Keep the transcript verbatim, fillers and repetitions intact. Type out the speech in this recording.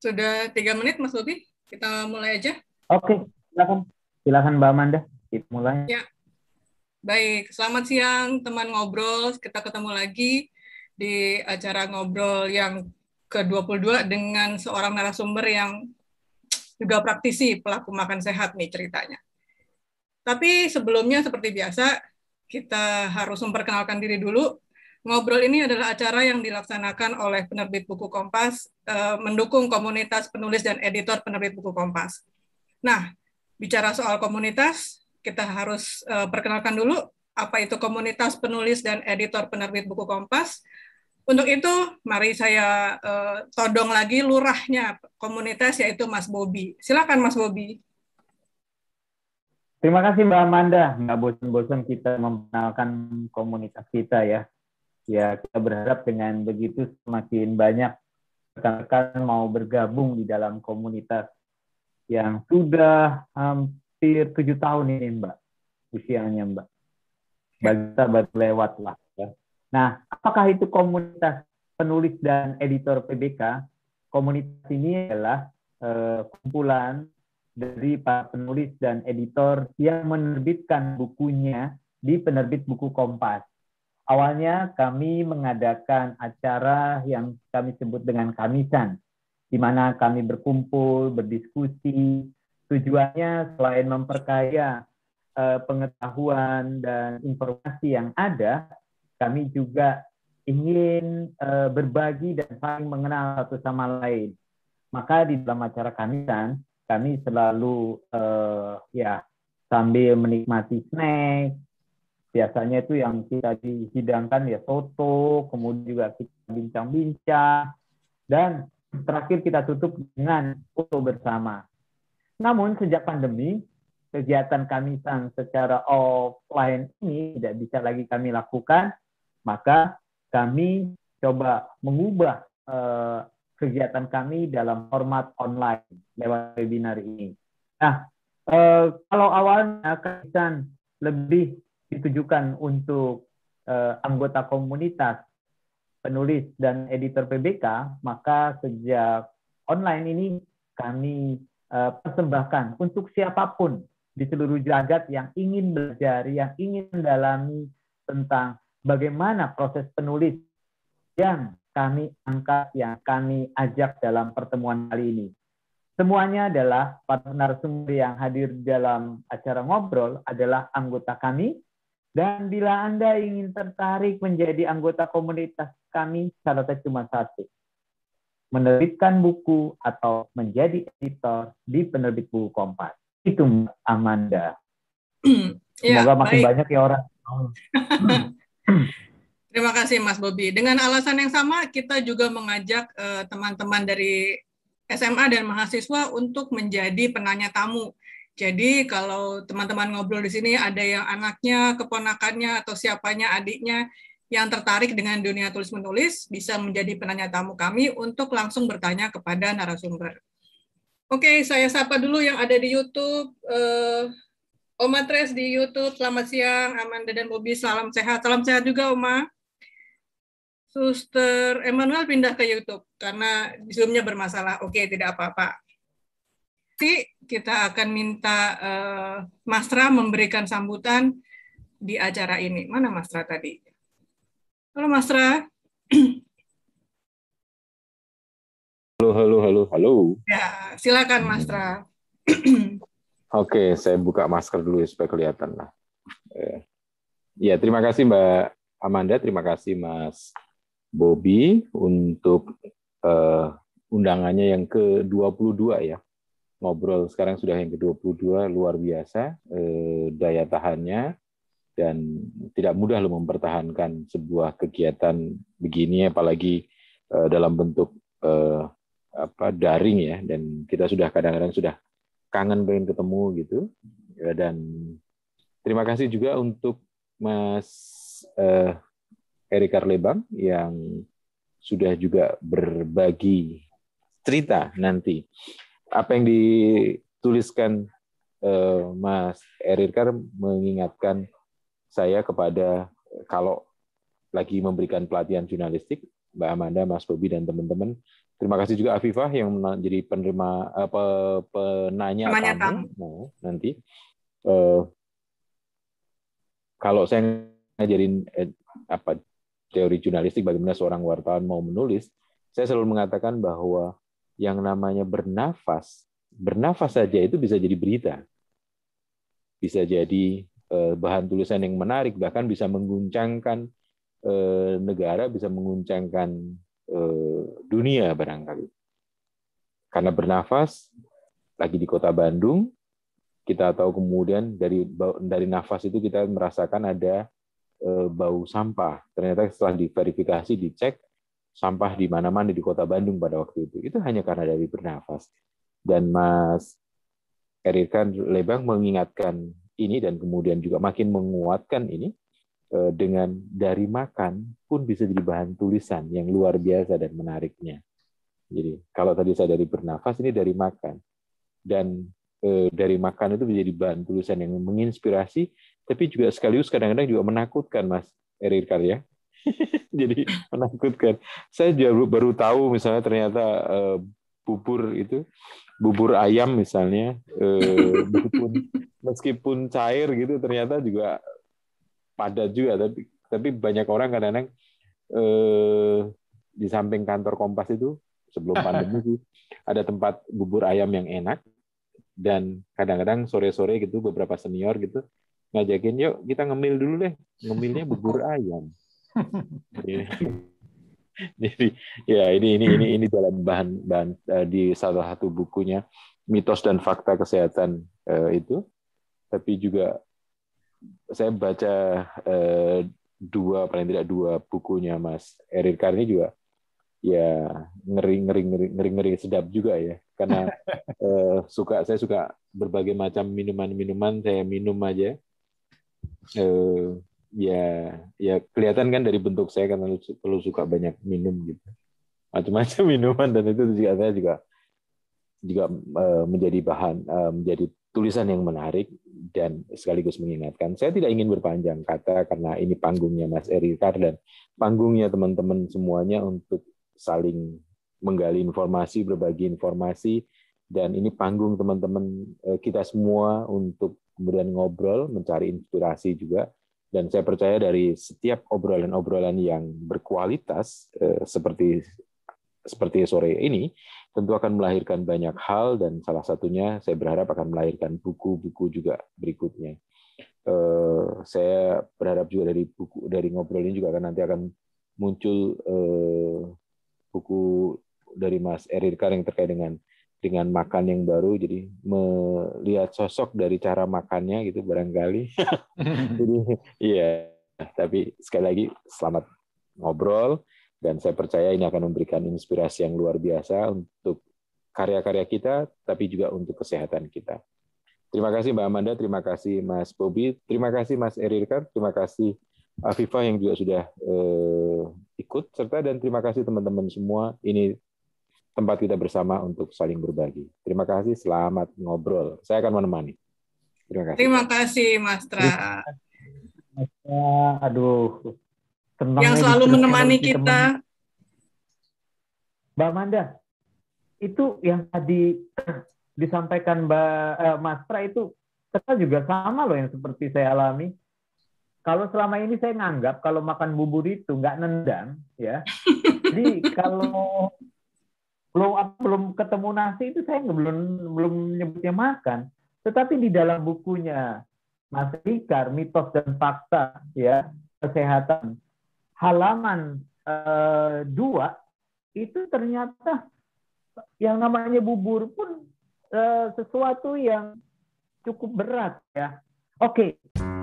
Sudah tiga menit, Mas Bobi. Kita mulai aja. Oke, silakan. Silakan Mbak Amanda. Kita mulai. Ya, baik. Selamat siang, teman ngobrol. Kita ketemu lagi di acara ngobrol yang ke dua puluh dua dengan seorang narasumber yang juga praktisi pelaku makan sehat nih ceritanya. Tapi sebelumnya seperti biasa, kita harus memperkenalkan diri dulu. Ngobrol ini adalah acara yang dilaksanakan oleh penerbit buku Kompas, eh, mendukung komunitas penulis dan editor penerbit buku Kompas. Nah, bicara soal komunitas, kita harus uh, perkenalkan dulu apa itu komunitas penulis dan editor penerbit buku Kompas. Untuk itu, mari saya uh, todong lagi lurahnya komunitas, yaitu Mas Bobi. Silakan, Mas Bobi. Terima kasih Mbak Amanda. Nggak bosan-bosan kita memperkenalkan komunitas kita ya. Ya, kita berharap dengan begitu semakin banyak rekan-rekan mau bergabung di dalam komunitas yang sudah hampir tujuh tahun ini, Mbak, usianya, Mbak. Bagi kita baru lewat lah. Ya. Nah, apakah itu komunitas penulis dan editor P B K? Komunitas ini adalah eh, kumpulan dari para penulis dan editor yang menerbitkan bukunya di penerbit buku Kompas. Awalnya kami mengadakan acara yang kami sebut dengan Kamisan, di mana kami berkumpul, berdiskusi. Tujuannya selain memperkaya eh, pengetahuan dan informasi yang ada, kami juga ingin eh, berbagi dan saling mengenal satu sama lain. Maka di dalam acara Kamisan, kami selalu eh, ya sambil menikmati snack. Biasanya itu yang kita dihidangkan ya soto, kemudian juga kita bincang-bincang, dan terakhir kita tutup dengan foto bersama. Namun sejak pandemi, kegiatan kamisan secara offline ini tidak bisa lagi kami lakukan, maka kami coba mengubah eh, kegiatan kami dalam format online lewat webinar ini. Nah, eh, kalau awalnya kamisan lebih ditujukan untuk eh, anggota komunitas penulis dan editor P B K, maka sejak online ini kami eh, persembahkan untuk siapapun di seluruh jagat yang ingin belajar, yang ingin mendalami tentang bagaimana proses penulis yang kami angkat, yang kami ajak dalam pertemuan kali ini. Semuanya adalah para narasumber yang hadir dalam acara ngobrol adalah anggota kami. Dan bila Anda ingin tertarik menjadi anggota komunitas kami, syaratnya cuma satu. Menerbitkan buku atau menjadi editor di penerbit buku Kompas. Itu Amanda. Semoga ya, makin baik. Banyak ya orang. Terima kasih Mas Bobi. Dengan alasan yang sama, kita juga mengajak teman-teman uh, dari S M A dan mahasiswa untuk menjadi penanya tamu. Jadi kalau teman-teman ngobrol di sini ada yang anaknya, keponakannya, atau siapanya adiknya yang tertarik dengan dunia tulis-menulis, bisa menjadi penanya tamu kami untuk langsung bertanya kepada narasumber. Oke, saya sapa dulu yang ada di YouTube. Uh, Oma Tres di YouTube, selamat siang. Amanda dan Bobi, salam sehat. Salam sehat juga, Oma. Suster Emmanuel pindah ke YouTube karena Zoom-nya bermasalah. Oke, tidak apa-apa. Kita akan minta uh, Mastra memberikan sambutan di acara ini. Mana Mastra tadi? Halo Mastra. Halo, halo, halo, halo. Ya, silakan Mastra. Oke, saya buka masker dulu ya, supaya kelihatan lah. Ya, terima kasih Mbak Amanda, terima kasih Mas Bobi untuk uh, undangannya yang ke dua puluh dua ya. Ngobrol sekarang sudah yang ke dua puluh dua, luar biasa eh, daya tahannya, dan tidak mudah loh mempertahankan sebuah kegiatan begini, apalagi eh, dalam bentuk eh, apa daring ya, dan kita sudah kadang-kadang sudah kangen pengen ketemu gitu. Dan terima kasih juga untuk Mas eh, Erik Karlebang yang sudah juga berbagi cerita nanti. Apa yang dituliskan eh, Mas Erirkar mengingatkan saya kepada kalau lagi memberikan pelatihan jurnalistik, Mbak Amanda, Mas Bobi, dan teman-teman, terima kasih juga Afifah yang menjadi penerima apa penanya Penanya tamu. tamu. Nah, nanti uh, kalau saya ngajarin eh, apa teori jurnalistik bagaimana seorang wartawan mau menulis, saya selalu mengatakan bahwa yang namanya bernafas, bernafas saja itu bisa jadi berita, bisa jadi eh, bahan tulisan yang menarik, bahkan bisa mengguncangkan eh, negara, bisa mengguncangkan eh, dunia barangkali. Karena bernafas, lagi di kota Bandung, kita tahu kemudian dari dari nafas itu kita merasakan ada e, bau sampah. Ternyata setelah diverifikasi, dicek, sampah di mana-mana di kota Bandung pada waktu itu. Itu hanya karena dari bernafas. Dan Mas Erirkan Lebang mengingatkan ini dan kemudian juga makin menguatkan ini e, dengan dari makan pun bisa jadi bahan tulisan yang luar biasa dan menariknya. Jadi kalau tadi saya dari bernafas, ini dari makan. Dan e, dari makan itu menjadi bahan tulisan yang menginspirasi, tapi juga sekaligus kadang-kadang juga menakutkan, Mas Erirkan ya. Jadi menakutkan. Saya juga baru tahu misalnya ternyata e, bubur itu, bubur ayam misalnya, e, meskipun meskipun cair gitu, ternyata juga padat juga. Tapi tapi banyak orang kadang-kadang e, di samping kantor Kompas itu, sebelum pandemi sih, ada tempat bubur ayam yang enak, dan kadang-kadang sore-sore gitu beberapa senior gitu ngajakin, yuk kita ngemil dulu deh, ngemilnya bubur ayam. Jadi ya ini ini ini ini dalam bahan bahan di salah satu bukunya Mitos dan Fakta Kesehatan eh, itu, tapi juga saya baca eh, dua paling tidak dua bukunya Mas Erirkan ini juga ya ngeri ngeri ngeri ngeri ngeri sedap juga ya, karena eh, suka saya suka berbagai macam minuman-minuman, saya minum aja eh, ya ya kelihatan kan dari bentuk saya karena perlu suka banyak minum gitu, macam-macam minuman, dan itu juga saya juga juga eh, menjadi bahan eh, menjadi tulisan yang menarik dan sekaligus mengingatkan. Saya tidak ingin berpanjang kata karena ini panggungnya Mas Erirkan dan panggungnya teman-teman semuanya untuk saling menggali informasi, berbagi informasi, dan ini panggung teman-teman kita semua untuk kemudian ngobrol, mencari inspirasi juga. Dan saya percaya dari setiap obrolan-obrolan yang berkualitas seperti seperti sore ini, tentu akan melahirkan banyak hal, dan salah satunya saya berharap akan melahirkan buku-buku juga berikutnya. Saya berharap juga dari buku dari ngobrol ini juga akan nanti akan muncul buku dari Mas Erirkan yang terkait dengan dengan makan yang baru, jadi melihat sosok dari cara makannya gitu barangkali. Jadi iya, tapi sekali lagi selamat ngobrol, dan saya percaya ini akan memberikan inspirasi yang luar biasa untuk karya-karya kita, tapi juga untuk kesehatan kita. Terima kasih Mbak Amanda, terima kasih Mas Bobi, terima kasih Mas Erirkan, terima kasih Afifah yang juga sudah eh, ikut serta, dan terima kasih teman-teman semua. Ini tempat kita bersama untuk saling berbagi. Terima kasih, selamat ngobrol. Saya akan menemani. Terima kasih. Terima kasih Mas Tra. Aduh, yang selalu menemani kita. Mbak Amanda, itu yang tadi disampaikan Mbak eh, Mas Tra itu ternyata juga sama loh yang seperti saya alami. Kalau selama ini saya nganggap kalau makan bubur itu nggak nendang, ya. Jadi kalau belum belum ketemu nasi itu saya belum belum menyebutnya makan. Tetapi di dalam bukunya Mas Erirkan, Mitos dan Fakta ya Kesehatan, halaman eh, dua itu ternyata yang namanya bubur pun eh, sesuatu yang cukup berat ya. Oke.